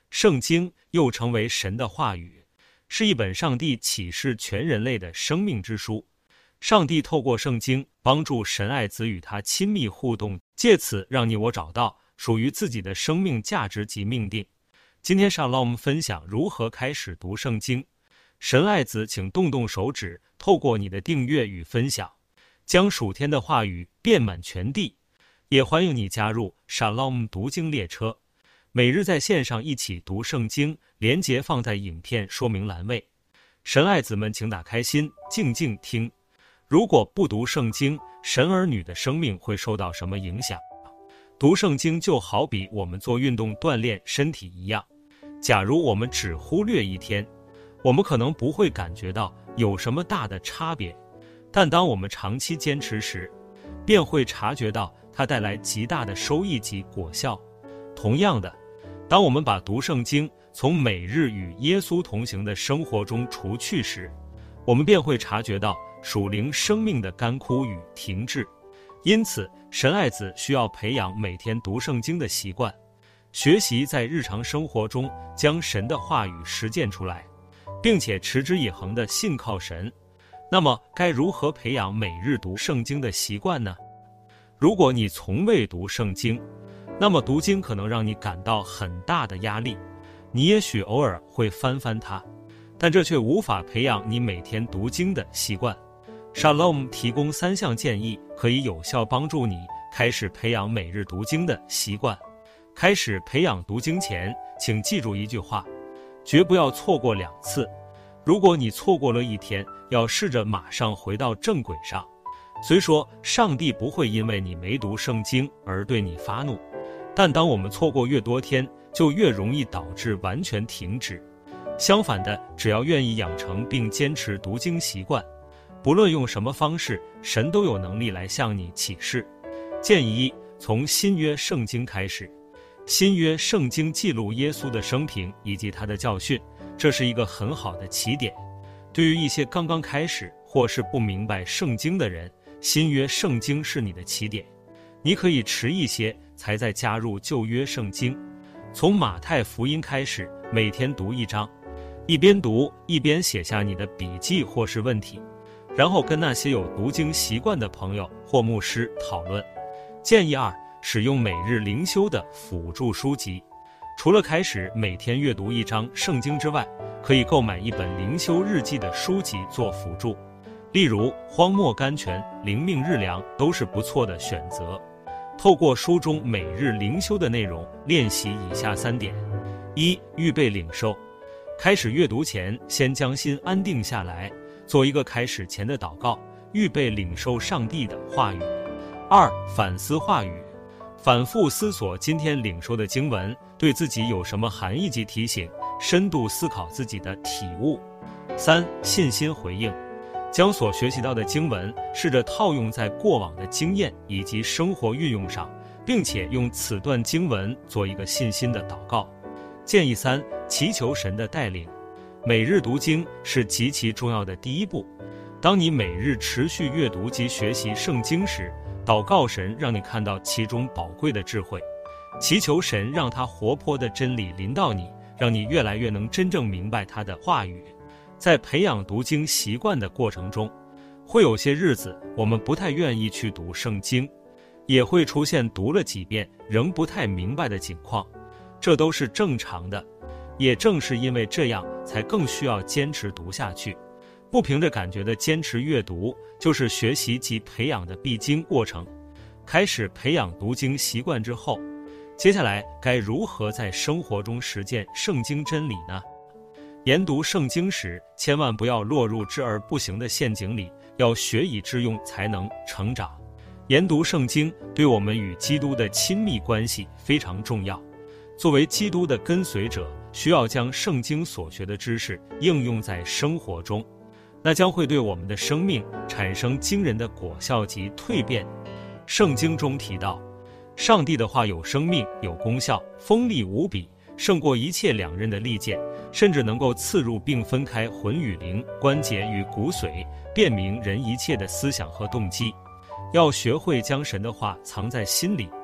圣经又称为神的话语，是一本上帝启示全人类的生命之书。上帝透过圣经帮助神爱子与他亲密互动，借此让你我找到属于自己的生命价值及命定。今天上让我们分享如何开始读圣经。神爱子，请动动手指，透过你的订阅与分享，将属天的话语遍满全地。也欢迎你加入Shalom读经列车，每日在线上一起读圣经，连结放在影片说明栏位。神爱子们，请打开心，静静听。如果不读圣经，神儿女的生命会受到什么影响？读圣经就好比我们做运动锻炼身体一样，假如我们只忽略一天，我们可能不会感觉到有什么大的差别，但当我们长期坚持时，便会察觉到它带来极大的收益及果效。同样的，当我们把读圣经从每日与耶稣同行的生活中除去时，我们便会察觉到属灵生命的干枯与停滞。因此，神爱子需要培养每天读圣经的习惯，学习在日常生活中将神的话语实践出来，并且持之以恒地信靠神。那么，该如何培养每日读圣经的习惯呢？如果你从未读圣经，那么读经可能让你感到很大的压力，你也许偶尔会翻翻它，但这却无法培养你每天读经的习惯。Shalom 提供3项建议，可以有效帮助你开始培养每日读经的习惯。开始培养读经前，请记住一句话：绝不要错过2次。如果你错过了1天，要试着马上回到正轨上。虽说上帝不会因为你没读圣经而对你发怒，但当我们错过越多天，就越容易导致完全停止。相反的，只要愿意养成并坚持读经习惯，不论用什么方式，神都有能力来向你启示。建议1：从新约圣经开始。新约圣经记录耶稣的生平以及他的教训，这是一个很好的起点。对于一些刚刚开始或是不明白圣经的人，新约圣经是你的起点。你可以迟一些才再加入旧约圣经。从马太福音开始，每天读1章，一边读一边写下你的笔记或是问题，然后跟那些有读经习惯的朋友或牧师讨论。建议2：使用每日灵修的辅助书籍。除了开始每天阅读1章圣经之外，可以购买一本灵修日记的书籍做辅助，例如《荒漠甘泉》《灵命日粮》都是不错的选择。透过书中每日灵修的内容，练习以下3点。1、预备领受。开始阅读前，先将心安定下来，做一个开始前的祷告，预备领受上帝的话语。2、反思话语。反复思索今天领受的经文对自己有什么含义及提醒，深度思考自己的体悟。3、信心回应。将所学习到的经文试着套用在过往的经验以及生活运用上，并且用此段经文做一个信心的祷告。建议3：祈求神的带领。每日读经是极其重要的第一步。当你每日持续阅读及学习圣经时，祷告神让你看到其中宝贵的智慧，祈求神让他活泼的真理临到你，让你越来越能真正明白他的话语。在培养读经习惯的过程中，会有些日子我们不太愿意去读圣经，也会出现读了几遍仍不太明白的情况，这都是正常的。也正是因为这样，才更需要坚持读下去。不凭着感觉的坚持阅读，就是学习及培养的必经过程。开始培养读经习惯之后，接下来该如何在生活中实践圣经真理呢？研读圣经时，千万不要落入知而不行的陷阱里，要学以致用才能成长。研读圣经对我们与基督的亲密关系非常重要。作为基督的跟随者，需要将圣经所学的知识应用在生活中，那将会对我们的生命产生惊人的果效及蜕变。圣经中提到，上帝的话有生命，有功效，锋利无比，胜过一切2刃的利剑，甚至能够刺入并分开魂与灵、关节与骨髓，辨明人一切的思想和动机。要学会将神的话藏在心里，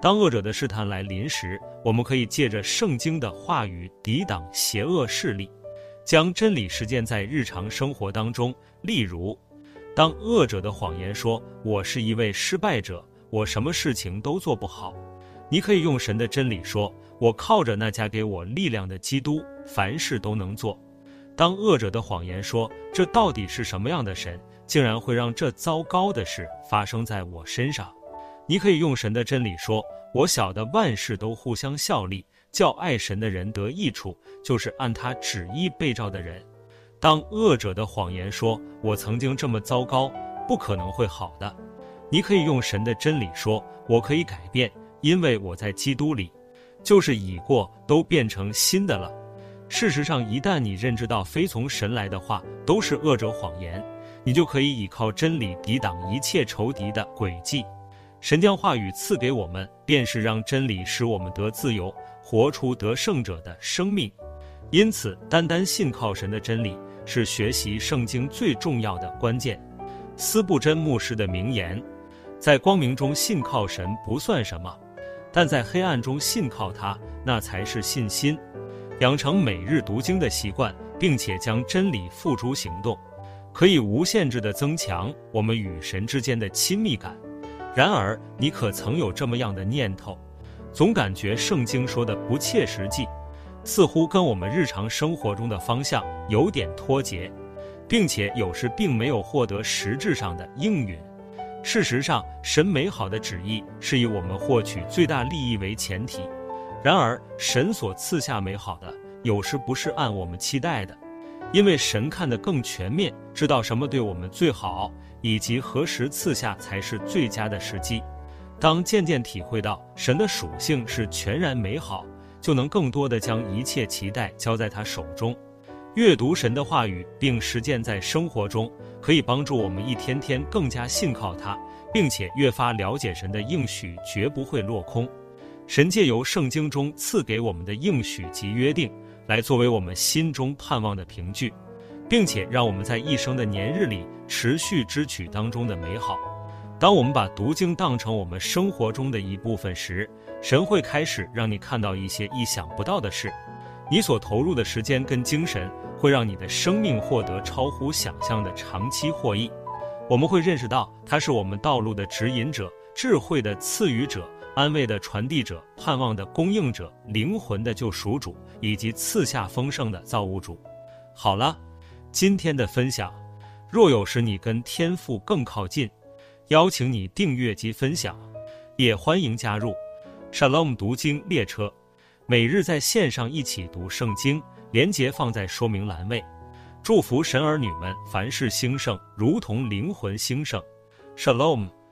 当恶者的试探来临时，我们可以借着圣经的话语抵挡邪恶势力，将真理实践在日常生活当中。例如，当恶者的谎言说我是一位失败者，我什么事情都做不好，你可以用神的真理说，我靠着那加给我力量的基督，凡事都能做。当恶者的谎言说这到底是什么样的神，竟然会让这糟糕的事发生在我身上，你可以用神的真理说，我晓得万事都互相效力，叫爱神的人得益处，就是按他旨意被召的人。当恶者的谎言说我曾经这么糟糕，不可能会好的，你可以用神的真理说，我可以改变，因为我在基督里，就是已过都变成新的了。事实上，一旦你认知到非从神来的话都是恶者谎言，你就可以倚靠真理抵挡一切仇敌的诡计。神将话语赐给我们，便是让真理使我们得自由，活出得胜者的生命。因此，单单信靠神的真理是学习圣经最重要的关键。司布真牧师的名言，在光明中信靠神不算什么，但在黑暗中信靠他，那才是信心。养成每日读经的习惯，并且将真理付诸行动，可以无限制地增强我们与神之间的亲密感。然而，你可曾有这么样的念头，总感觉圣经说的不切实际，似乎跟我们日常生活中的方向有点脱节，并且有时并没有获得实质上的应允。事实上，神美好的旨意是以我们获取最大利益为前提，然而神所赐下美好的有时不是按我们期待的，因为神看得更全面，知道什么对我们最好，以及何时赐下才是最佳的时机。当渐渐体会到神的属性是全然美好，就能更多地将一切期待交在他手中。阅读神的话语并实践在生活中，可以帮助我们一天天更加信靠他，并且越发了解神的应许绝不会落空。神借由圣经中赐给我们的应许及约定，来作为我们心中盼望的凭据，并且让我们在一生的年日里持续支取当中的美好。当我们把读经当成我们生活中的一部分时，神会开始让你看到一些意想不到的事。你所投入的时间跟精神会让你的生命获得超乎想象的长期获益。我们会认识到他是我们道路的指引者，智慧的赐予者，安慰的传递者，盼望的供应者，灵魂的救赎主，以及赐下丰盛的造物主。好了，今天的分享，若有使你跟天父更靠近，邀请你订阅及分享，也欢迎加入 Shalom 读经列车，每日在线上一起读圣经，连结放在说明栏位。祝福神儿女们凡事兴盛，如同灵魂兴盛。Shalom。